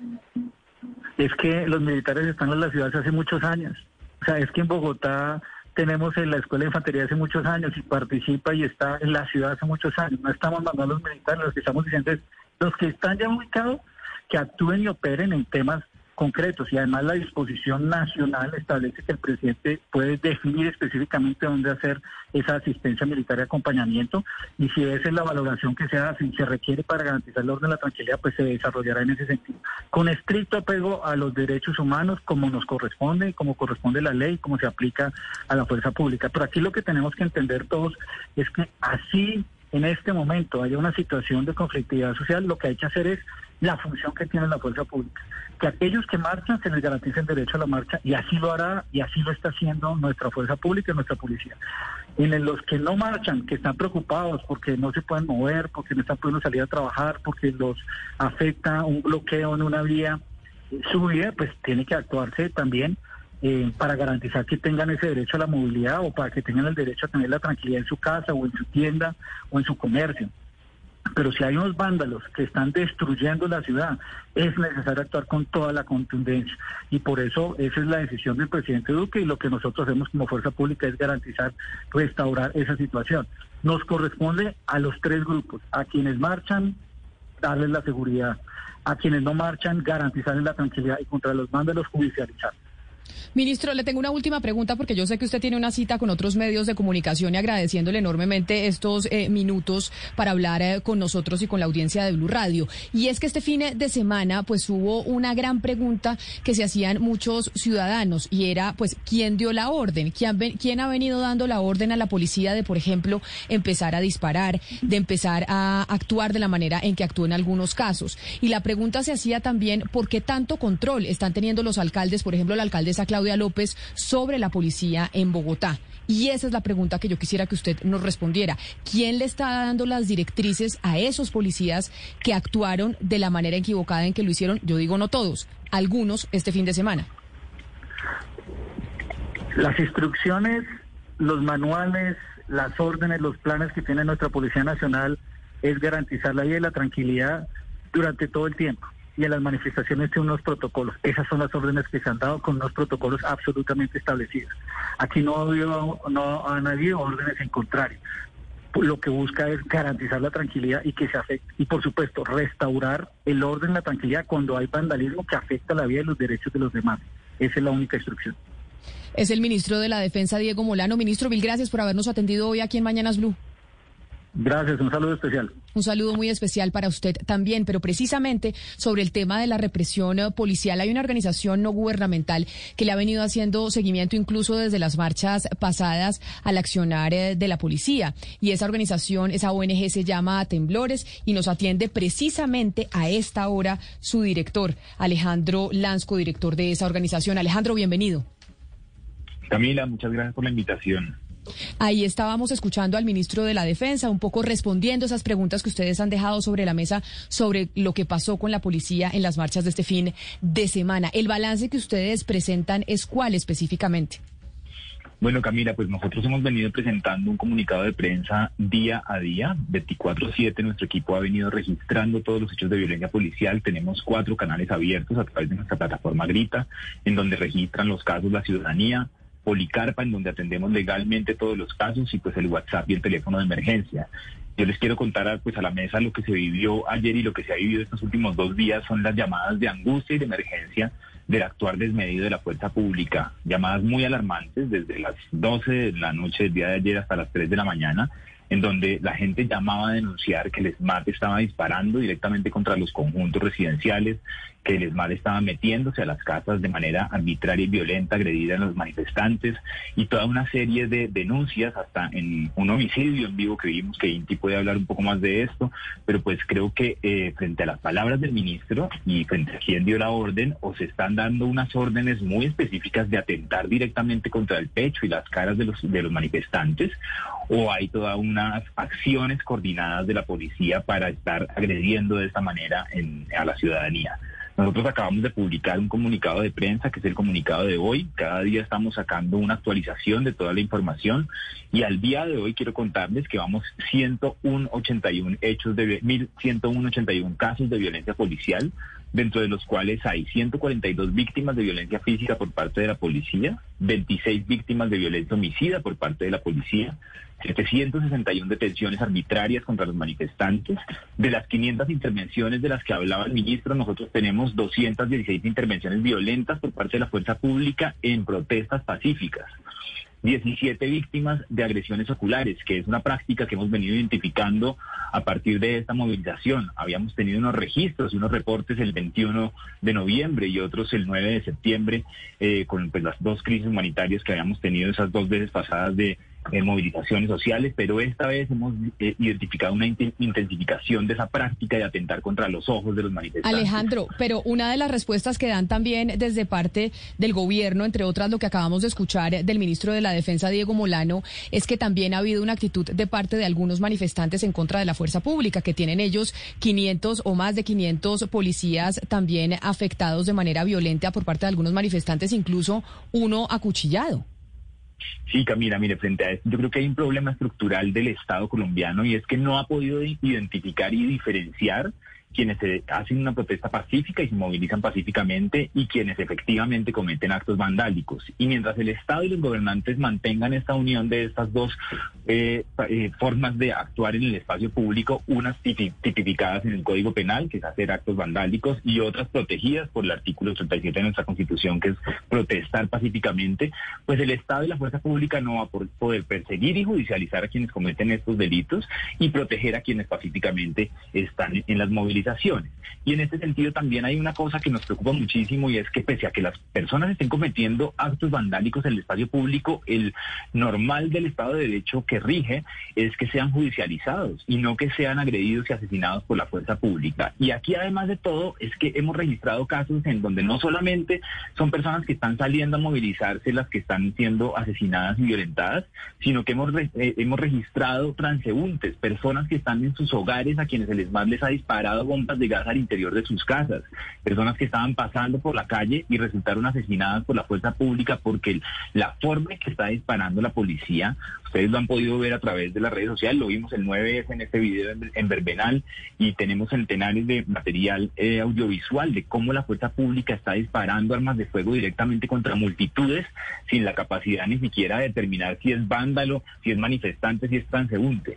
Es que los militares están en las ciudades hace muchos años. O sea, es que en Bogotá tenemos en la Escuela de Infantería hace muchos años y participa y está en la ciudad hace muchos años. No estamos mandando a los militares, lo que estamos diciendo es los que están ya ubicados, que actúen y operen en temas concretos. Y además la disposición nacional establece que el presidente puede definir específicamente dónde hacer esa asistencia militar y acompañamiento, y si esa es la valoración que se hace y se requiere para garantizar el orden y la tranquilidad, pues se desarrollará en ese sentido, con estricto apego a los derechos humanos, como nos corresponde, como corresponde la ley, como se aplica a la fuerza pública. Pero aquí lo que tenemos que entender todos es que así en este momento haya una situación de conflictividad social, lo que hay que hacer es la función que tiene la fuerza pública, que aquellos que marchan se les garantice el derecho a la marcha, y así lo hará y así lo está haciendo nuestra fuerza pública y nuestra policía. En los que no marchan, que están preocupados porque no se pueden mover, porque no están pudiendo salir a trabajar, porque los afecta un bloqueo en una vía, su vida, pues tiene que actuarse también para garantizar que tengan ese derecho a la movilidad, o para que tengan el derecho a tener la tranquilidad en su casa o en su tienda o en su comercio. Pero si hay unos vándalos que están destruyendo la ciudad, es necesario actuar con toda la contundencia. Y por eso esa es la decisión del presidente Duque, y lo que nosotros hacemos como fuerza pública es garantizar, restaurar esa situación. Nos corresponde a los 3 grupos, a quienes marchan, darles la seguridad, a quienes no marchan, garantizarles la tranquilidad, y contra los vándalos, judicializar. Ministro, le tengo una última pregunta porque yo sé que usted tiene una cita con otros medios de comunicación, y agradeciéndole enormemente estos minutos para hablar con nosotros y con la audiencia de Blue Radio. Y es que este fin de semana pues hubo una gran pregunta que se hacían muchos ciudadanos, y era pues ¿quién dio la orden? ¿Quién ha venido dando la orden a la policía de, por ejemplo, empezar a disparar, de empezar a actuar de la manera en que actuó en algunos casos? Y la pregunta se hacía también ¿por qué tanto control están teniendo los alcaldes, por ejemplo la alcaldesa Claudia López, sobre la policía en Bogotá? Y esa es la pregunta que yo quisiera que usted nos respondiera. ¿Quién le está dando las directrices a esos policías que actuaron de la manera equivocada en que lo hicieron? Yo digo no todos, algunos este fin de semana. Las instrucciones, los manuales, las órdenes, los planes que tiene nuestra Policía Nacional es garantizar la vida y la tranquilidad durante todo el tiempo. Y en las manifestaciones tiene unos protocolos. Esas son las órdenes que se han dado, con unos protocolos absolutamente establecidos. Aquí no han habido órdenes en contrario. Lo que busca es garantizar la tranquilidad y que se afecte, y por supuesto restaurar el orden y la tranquilidad cuando hay vandalismo que afecta la vida y los derechos de los demás. Esa es la única instrucción. Es el ministro de la Defensa, Diego Molano. Ministro, mil gracias por habernos atendido hoy aquí en Mañanas Blue. Gracias, un saludo especial. Un saludo muy especial para usted también, pero precisamente sobre el tema de la represión policial, hay una organización no gubernamental que le ha venido haciendo seguimiento incluso desde las marchas pasadas al accionar de la policía, y esa organización, esa ONG se llama Temblores, y nos atiende precisamente a esta hora su director, Alejandro Lanz, director de esa organización. Alejandro, bienvenido. Camila, muchas gracias por la invitación. Ahí estábamos escuchando al ministro de la Defensa, un poco respondiendo esas preguntas que ustedes han dejado sobre la mesa sobre lo que pasó con la policía en las marchas de este fin de semana. ¿El balance que ustedes presentan es cuál específicamente? Bueno, Camila, pues nosotros hemos venido presentando un comunicado de prensa día a día, 24/7. Nuestro equipo ha venido registrando todos los hechos de violencia policial. Tenemos 4 canales abiertos a través de nuestra plataforma Grita, en donde registran los casos la ciudadanía, Policarpa, en donde atendemos legalmente todos los casos, y pues el WhatsApp y el teléfono de emergencia. Yo les quiero contar a la mesa lo que se vivió ayer y lo que se ha vivido estos últimos 2 días. Son las llamadas de angustia y de emergencia del actuar desmedido de la fuerza pública. Llamadas muy alarmantes desde las 12 de la noche del día de ayer hasta las 3 de la mañana, en donde la gente llamaba a denunciar que el ESMAD estaba disparando directamente contra los conjuntos residenciales, que el ESMAD estaba metiéndose a las casas de manera arbitraria y violenta, agredida a los manifestantes, y toda una serie de denuncias, hasta en un homicidio en vivo que vimos, que Inti puede hablar un poco más de esto, pero pues creo que frente a las palabras del ministro y frente a quien dio la orden, o se están dando unas órdenes muy específicas de atentar directamente contra el pecho y las caras de los manifestantes, o hay todas unas acciones coordinadas de la policía para estar agrediendo de esta manera a la ciudadanía. Nosotros acabamos de publicar un comunicado de prensa, que es el comunicado de hoy. Cada día estamos sacando una actualización de toda la información, y al día de hoy quiero contarles que vamos 1.181 casos de violencia policial, dentro de los cuales hay 142 víctimas de violencia física por parte de la policía, 26 víctimas de violencia homicida por parte de la policía, 761 detenciones arbitrarias contra los manifestantes. De las 500 intervenciones de las que hablaba el ministro, nosotros tenemos 216 intervenciones violentas por parte de la fuerza pública en protestas pacíficas. 17 víctimas de agresiones oculares, que es una práctica que hemos venido identificando a partir de esta movilización. Habíamos tenido unos registros y unos reportes el 21 de noviembre y otros el 9 de septiembre, con pues las 2 crisis humanitarias que habíamos tenido esas 2 veces pasadas de movilizaciones sociales, pero esta vez hemos identificado una intensificación de esa práctica de atentar contra los ojos de los manifestantes. Alejandro, pero una de las respuestas que dan también desde parte del gobierno, entre otras lo que acabamos de escuchar del ministro de la Defensa, Diego Molano, es que también ha habido una actitud de parte de algunos manifestantes en contra de la fuerza pública, que tienen ellos 500 o más de 500 policías también afectados de manera violenta por parte de algunos manifestantes, incluso uno acuchillado. Sí, Camila, mire, frente a esto yo creo que hay un problema estructural del Estado colombiano, y es que no ha podido identificar y diferenciar quienes hacen una protesta pacífica y se movilizan pacíficamente y quienes efectivamente cometen actos vandálicos. Y mientras el Estado y los gobernantes mantengan esta unión de estas dos formas de actuar en el espacio público, unas tipificadas en el Código Penal, que es hacer actos vandálicos, y otras protegidas por el artículo 37 de nuestra Constitución, que es protestar pacíficamente, pues el Estado y la fuerza pública no va a poder perseguir y judicializar a quienes cometen estos delitos y proteger a quienes pacíficamente están en las movilizaciones. Y en este sentido también hay una cosa que nos preocupa muchísimo, y es que pese a que las personas estén cometiendo actos vandálicos en el espacio público, el normal del Estado de Derecho que rige es que sean judicializados y no que sean agredidos y asesinados por la fuerza pública. Y aquí, además de todo, es que hemos registrado casos en donde no solamente son personas que están saliendo a movilizarse las que están siendo asesinadas y violentadas, sino que hemos registrado transeúntes, personas que están en sus hogares a quienes el ESMAD les ha disparado bombas de gas al interior de sus casas, personas que estaban pasando por la calle y resultaron asesinadas por la fuerza pública, porque la forma en que está disparando la policía, ustedes lo han podido ver a través de las redes sociales, lo vimos el 9S en este video en Verbenal, y tenemos centenares de material audiovisual de cómo la fuerza pública está disparando armas de fuego directamente contra multitudes sin la capacidad ni siquiera de determinar si es vándalo, si es manifestante, si es transeúnte.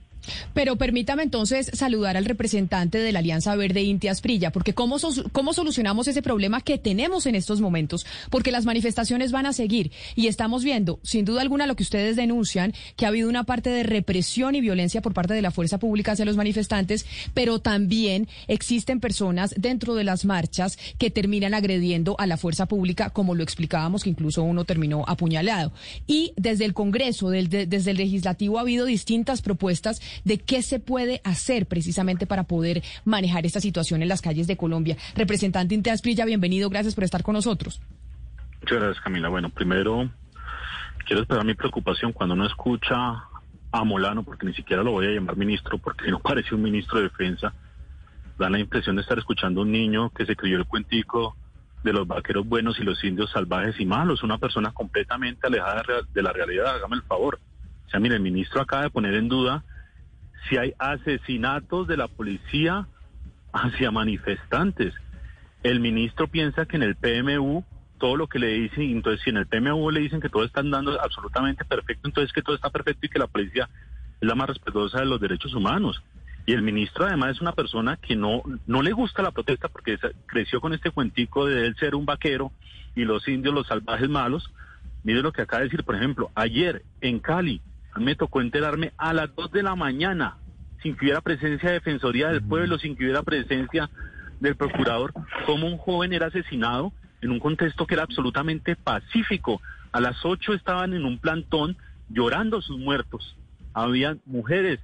Pero permítame entonces saludar al representante de la Alianza Verde, Inti Asprilla, porque ¿cómo solucionamos ese problema que tenemos en estos momentos? Porque las manifestaciones van a seguir y estamos viendo, sin duda alguna, lo que ustedes denuncian, que ha habido una parte de represión y violencia por parte de la fuerza pública hacia los manifestantes, pero también existen personas dentro de las marchas que terminan agrediendo a la fuerza pública, como lo explicábamos, que incluso uno terminó apuñalado. Y desde el Congreso, desde el Legislativo, ha habido distintas propuestas de qué se puede hacer precisamente para poder manejar esta situación en las calles de Colombia. Representante Inti Asprilla, bienvenido, gracias por estar con nosotros. Muchas gracias, Camila. Bueno, primero quiero expresar mi preocupación cuando uno escucha a Molano, porque ni siquiera lo voy a llamar ministro, porque no parece un ministro de defensa. Da la impresión de estar escuchando a un niño que se creyó el cuentico de los vaqueros buenos y los indios salvajes y malos, una persona completamente alejada de la realidad, hágame el favor. O sea, mire, el ministro acaba de poner en duda si hay asesinatos de la policía hacia manifestantes. El ministro piensa que en el PMU todo lo que le dicen, entonces si en el PMU le dicen que todo está andando absolutamente perfecto, entonces que todo está perfecto y que la policía es la más respetuosa de los derechos humanos. Y el ministro además es una persona que no le gusta la protesta porque creció con este cuentico de él ser un vaquero y los indios los salvajes malos. Mire lo que acaba de decir, por ejemplo, ayer en Cali me tocó enterarme a las 2 de la mañana, sin que hubiera presencia de Defensoría del Pueblo, sin que hubiera presencia del procurador, cómo un joven era asesinado en un contexto que era absolutamente pacífico. A las 8 estaban en un plantón llorando sus muertos. Había mujeres,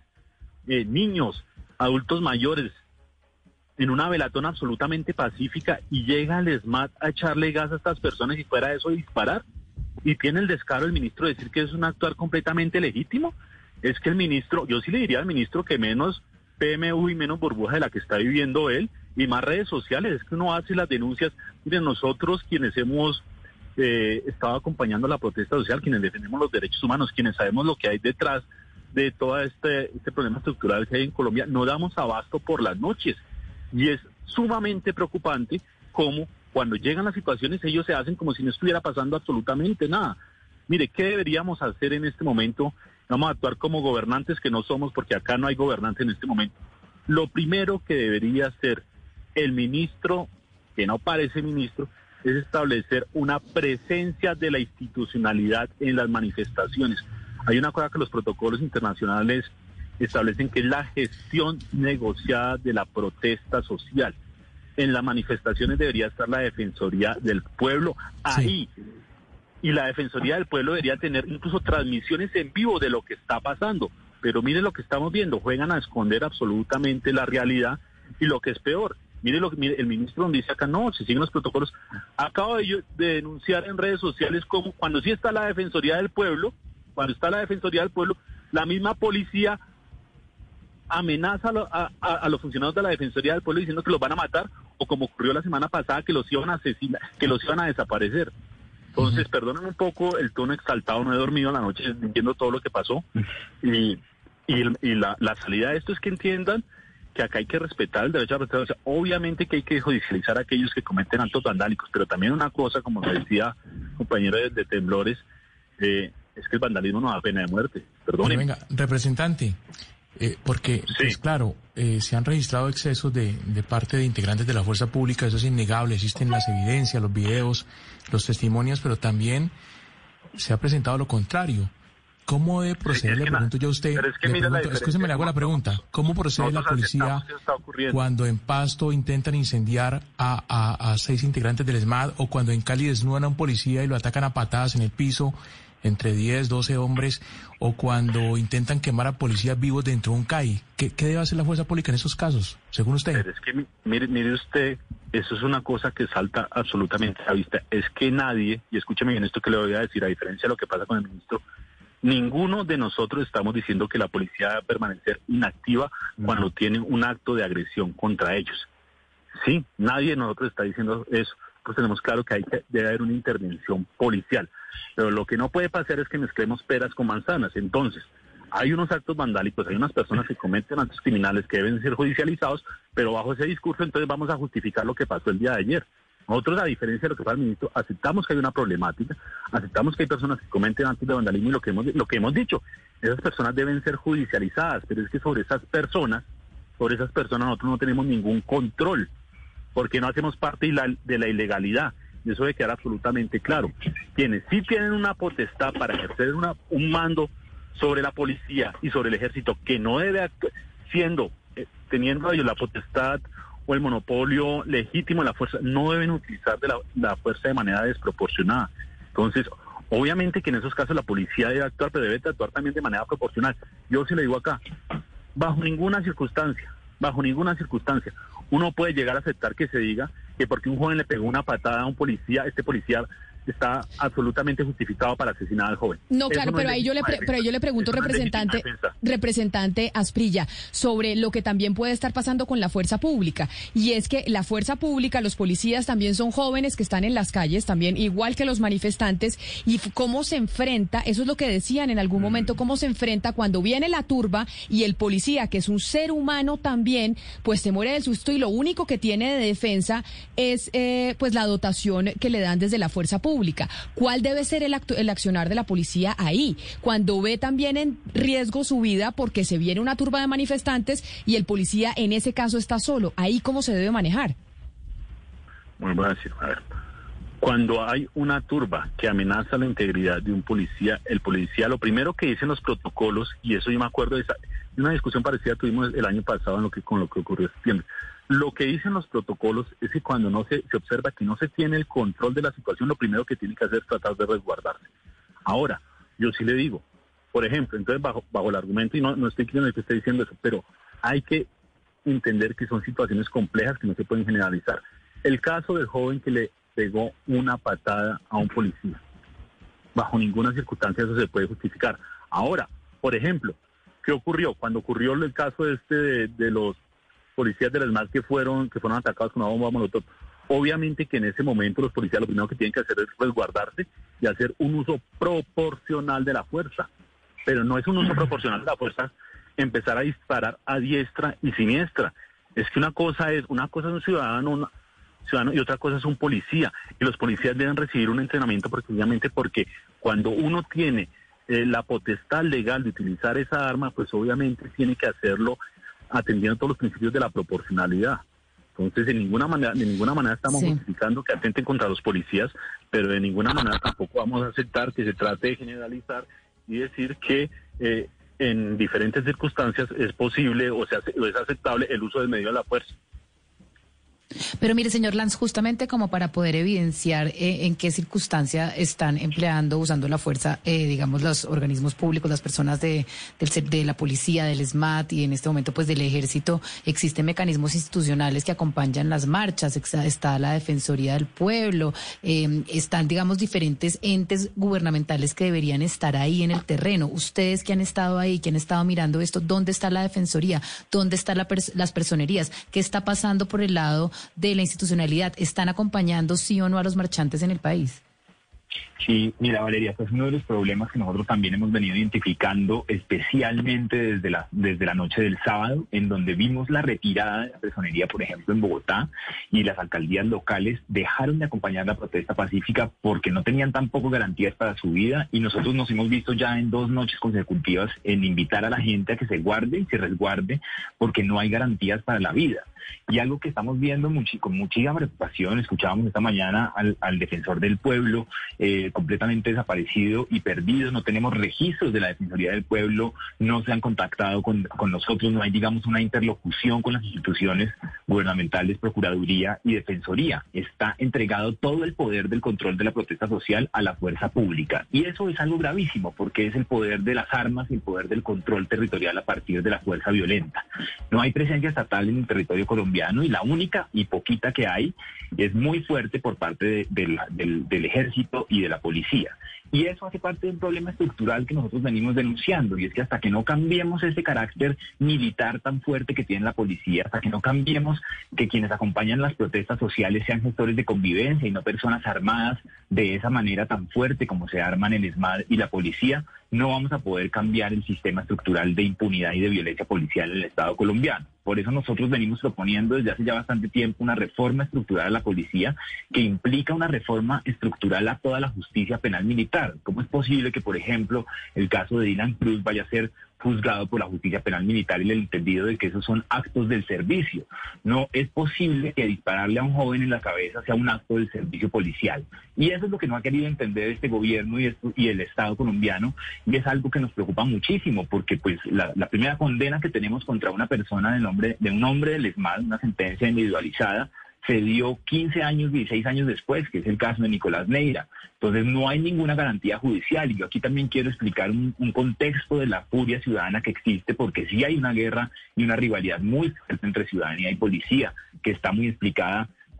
niños, adultos mayores, en una velatón absolutamente pacífica, y llega el ESMAD a echarle gas a estas personas y fuera de eso disparar. Y tiene el descaro el ministro de decir que es un actuar completamente legítimo. Es que el ministro, yo sí le diría al ministro que menos PMU y menos burbuja de la que está viviendo él, y más redes sociales. Es que uno hace las denuncias. Miren, nosotros quienes hemos estado acompañando la protesta social, quienes defendemos los derechos humanos, quienes sabemos lo que hay detrás de todo este problema estructural que hay en Colombia, no damos abasto por las noches. Y es sumamente preocupante cómo cuando llegan las situaciones ellos se hacen como si no estuviera pasando absolutamente nada. Mire, ¿qué deberíamos hacer en este momento? Vamos a actuar como gobernantes que no somos, porque acá no hay gobernante en este momento. Lo primero que debería hacer el ministro, que no parece ministro, es establecer una presencia de la institucionalidad en las manifestaciones. Hay una cosa que los protocolos internacionales establecen, que es la gestión negociada de la protesta social. En las manifestaciones debería estar la Defensoría del Pueblo ahí. Sí. Y la Defensoría del Pueblo debería tener incluso transmisiones en vivo de lo que está pasando. Pero mire lo que estamos viendo, juegan a esconder absolutamente la realidad, y lo que es peor, mire el ministro donde dice acá, no, se siguen los protocolos. Acabo de denunciar en redes sociales como cuando sí está la Defensoría del Pueblo, la misma policía amenaza a los funcionarios de la Defensoría del Pueblo diciendo que los van a matar, o como ocurrió la semana pasada, que los iban a asesinar, que los iban a desaparecer. Entonces, perdonen un poco el tono exaltado, no he dormido en la noche viendo todo lo que pasó, y la salida de esto es que entiendan que acá hay que respetar el derecho a la protesta. O sea, obviamente que hay que judicializar a aquellos que cometen actos vandálicos, pero también una cosa, como nos decía compañero de Temblores, es que el vandalismo no da pena de muerte. Perdón. Venga, representante, porque, sí, pues claro, se han registrado excesos de parte de integrantes de la fuerza pública, eso es innegable, existen las evidencias, los videos, los testimonios, pero también se ha presentado lo contrario. ¿Cómo debe proceder, le pregunto yo a usted, escúcheme, le hago la pregunta, ¿cómo procede la policía cuando en Pasto intentan incendiar a 6 integrantes del ESMAD, o cuando en Cali desnudan a un policía y lo atacan a patadas en el piso, entre 10, 12 hombres, o cuando intentan quemar a policías vivos dentro de un CAI? ¿Qué debe hacer la fuerza pública en esos casos, según usted? Pero es que, mire usted, eso es una cosa que salta absolutamente a la vista. Es que nadie, y escúcheme bien esto que le voy a decir, a diferencia de lo que pasa con el ministro, ninguno de nosotros estamos diciendo que la policía debe permanecer inactiva cuando tiene un acto de agresión contra ellos. Sí, nadie de nosotros está diciendo eso. Pues tenemos claro que debe haber una intervención policial. Pero lo que no puede pasar es que mezclemos peras con manzanas. Entonces, hay unos actos vandálicos, hay unas personas que cometen actos criminales que deben ser judicializados, pero bajo ese discurso entonces vamos a justificar lo que pasó el día de ayer. Nosotros, a diferencia de lo que fue el ministro, aceptamos que hay una problemática, aceptamos que hay personas que cometen actos de vandalismo, y lo que hemos dicho, esas personas deben ser judicializadas, pero es que sobre esas personas nosotros no tenemos ningún control, porque no hacemos parte de la ilegalidad. Y eso debe quedar absolutamente claro. Quienes sí tienen una potestad para ejercer un mando sobre la policía y sobre el ejército, que no debe teniendo ellos la potestad o el monopolio legítimo de la fuerza, no deben utilizar la fuerza de manera desproporcionada. Entonces, obviamente que en esos casos la policía debe actuar, pero debe actuar también de manera proporcional. Yo sí le digo acá, bajo ninguna circunstancia, uno puede llegar a aceptar que se diga que porque un joven le pegó una patada a un policía, este policía está absolutamente justificado para asesinar al joven. No, claro, pero ahí yo le pregunto, representante Asprilla, sobre lo que también puede estar pasando con la fuerza pública. Y es que la fuerza pública, los policías también son jóvenes que están en las calles, también igual que los manifestantes. Y cómo se enfrenta, eso es lo que decían en algún momento, cómo se enfrenta cuando viene la turba y el policía, que es un ser humano también, pues se muere del susto y lo único que tiene de defensa es pues la dotación que le dan desde la fuerza pública. ¿Cuál debe ser el accionar de la policía ahí? Cuando ve también en riesgo su vida porque se viene una turba de manifestantes y el policía en ese caso está solo. ¿Ahí cómo se debe manejar? Bueno, voy a decir, a ver. Cuando hay una turba que amenaza la integridad de un policía, el policía lo primero que dicen los protocolos, y eso yo me acuerdo de una discusión parecida tuvimos el año pasado con lo que ocurrió en septiembre. Lo que dicen los protocolos es que cuando no se observa que no se tiene el control de la situación, lo primero que tiene que hacer es tratar de resguardarse. Ahora, yo sí le digo, por ejemplo, entonces bajo el argumento, y no estoy queriendo que esté diciendo eso, pero hay que entender que son situaciones complejas que no se pueden generalizar. El caso del joven que le pegó una patada a un policía, bajo ninguna circunstancia eso se puede justificar. Ahora, por ejemplo, ¿qué ocurrió? Cuando ocurrió el caso de los policías del ESMAD que fueron atacados con una bomba molotov, obviamente que en ese momento los policías lo primero que tienen que hacer es resguardarse y hacer un uso proporcional de la fuerza, pero no es un uso proporcional de la fuerza empezar a disparar a diestra y siniestra. Es que una cosa es un ciudadano y otra cosa es un policía, y los policías deben recibir un entrenamiento precisamente porque cuando uno tiene la potestad legal de utilizar esa arma, pues obviamente tiene que hacerlo atendiendo todos los principios de la proporcionalidad. Entonces, de ninguna manera estamos justificando que atenten contra los policías, pero de ninguna manera tampoco vamos a aceptar que se trate de generalizar y decir que en diferentes circunstancias es posible o es aceptable el uso del medio de la fuerza. Pero mire, señor Lanz, justamente como para poder evidenciar en qué circunstancia están usando la fuerza, digamos, los organismos públicos, las personas de la policía, del SMAT y en este momento pues del ejército, existen mecanismos institucionales que acompañan las marchas, está la Defensoría del Pueblo, están, digamos, diferentes entes gubernamentales que deberían estar ahí en el terreno. Ustedes que han estado ahí, que han estado mirando esto, ¿dónde está la Defensoría? ¿Dónde están las personerías? ¿Qué está pasando por el lado de la institucionalidad? ¿Están acompañando sí o no a los marchantes en el país? Sí, mira, Valeria, este es uno de los problemas que nosotros también hemos venido identificando, especialmente desde la noche del sábado, en donde vimos la retirada de la personería, por ejemplo, en Bogotá, y las alcaldías locales dejaron de acompañar la protesta pacífica porque no tenían tampoco garantías para su vida, y nosotros nos hemos visto ya en 2 noches consecutivas en invitar a la gente a que se guarde y se resguarde porque no hay garantías para la vida. Y algo que estamos viendo con muchísima preocupación, escuchábamos esta mañana al defensor del pueblo completamente desaparecido y perdido, no tenemos registros de la Defensoría del Pueblo, no se han contactado con nosotros, no hay, digamos, una interlocución con las instituciones gubernamentales, Procuraduría y Defensoría. Está entregado todo el poder del control de la protesta social a la fuerza pública. Y eso es algo gravísimo porque es el poder de las armas y el poder del control territorial a partir de la fuerza violenta. No hay presencia estatal en el territorio colombiano y la única y poquita que hay es muy fuerte por parte del ejército y de la policía. Y eso hace parte de un problema estructural que nosotros venimos denunciando, y es que hasta que no cambiemos ese carácter militar tan fuerte que tiene la policía, hasta que no cambiemos que quienes acompañan las protestas sociales sean gestores de convivencia y no personas armadas de esa manera tan fuerte como se arman el ESMAD y la policía, no vamos a poder cambiar el sistema estructural de impunidad y de violencia policial en el Estado colombiano. Por eso nosotros venimos proponiendo desde hace ya bastante tiempo una reforma estructural a la policía que implica una reforma estructural a toda la justicia penal militar. ¿Cómo es posible que, por ejemplo, el caso de Dylan Cruz vaya a ser juzgado por la justicia penal militar y el entendido de que esos son actos del servicio? No es posible que dispararle a un joven en la cabeza sea un acto del servicio policial. Y eso es lo que no ha querido entender este gobierno y el Estado colombiano, y es algo que nos preocupa muchísimo, porque pues la primera condena que tenemos contra una persona de un hombre del ESMAD, una sentencia individualizada, se dio 15 años, 16 años después, que es el caso de Nicolás Neira. Entonces no hay ninguna garantía judicial, y yo aquí también quiero explicar un contexto de la furia ciudadana que existe, porque sí hay una guerra y una rivalidad muy fuerte entre ciudadanía y policía, que está muy explicada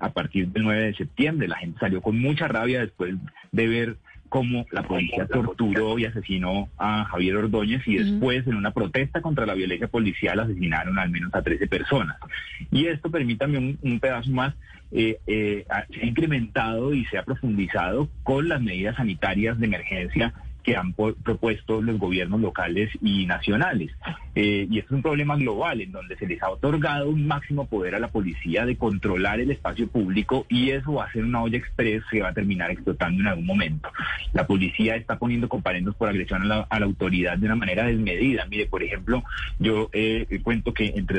a partir del 9 de septiembre. La gente salió con mucha rabia después de ver cómo la policía torturó y asesinó a Javier Ordóñez y después en una protesta contra la violencia policial asesinaron al menos a 13 personas. Y esto, permítame un pedazo más, se ha incrementado y se ha profundizado con las medidas sanitarias de emergencia que han propuesto los gobiernos locales y nacionales. Y es un problema global en donde se les ha otorgado un máximo poder a la policía de controlar el espacio público y eso va a ser una olla express que va a terminar explotando en algún momento. La policía está poniendo comparendos por agresión a la autoridad de una manera desmedida. Mire, por ejemplo, yo cuento que en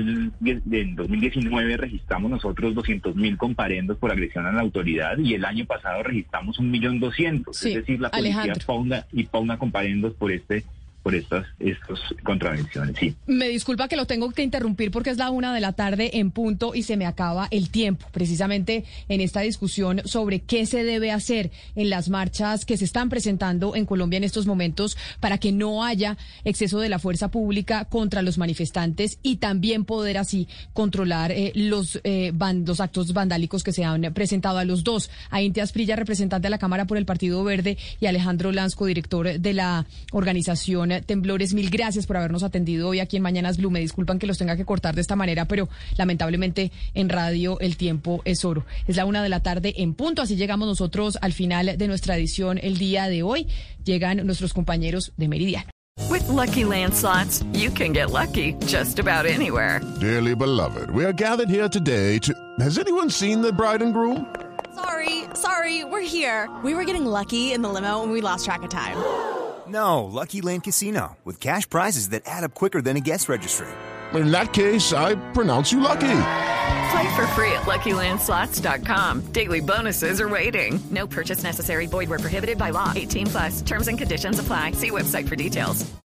2019 registramos nosotros 200.000 comparendos por agresión a la autoridad y el año pasado registramos 1.200.000. Sí, es decir, la policía ponga comparendos por estas contravenciones. Sí. Me disculpa que lo tengo que interrumpir porque es la 1:00 p.m. en punto y se me acaba el tiempo, precisamente en esta discusión sobre qué se debe hacer en las marchas que se están presentando en Colombia en estos momentos para que no haya exceso de la fuerza pública contra los manifestantes y también poder así controlar los actos vandálicos que se han presentado a los dos. A Inti Asprilla, representante de la Cámara por el Partido Verde, y Alejandro Lanzco, director de la organización Temblores, mil gracias por habernos atendido hoy aquí en Mañanas Blue. Me disculpan que los tenga que cortar de esta manera, pero lamentablemente en radio el tiempo es oro. Es la 1:00 p.m. en punto, así llegamos nosotros al final de nuestra edición el día de hoy. Llegan nuestros compañeros de Meridiano. With Lucky Land Slots, you can get lucky just about anywhere. Dearly beloved, we are gathered here today to... Has anyone seen the bride and groom? Sorry, we're here. We were getting lucky in the limo and we lost track of time. No, Lucky Land Casino, with cash prizes that add up quicker than a guest registry. In that case, I pronounce you lucky. Play for free at LuckyLandSlots.com. Daily bonuses are waiting. No purchase necessary. Void where prohibited by law. 18+. Terms and conditions apply. See website for details.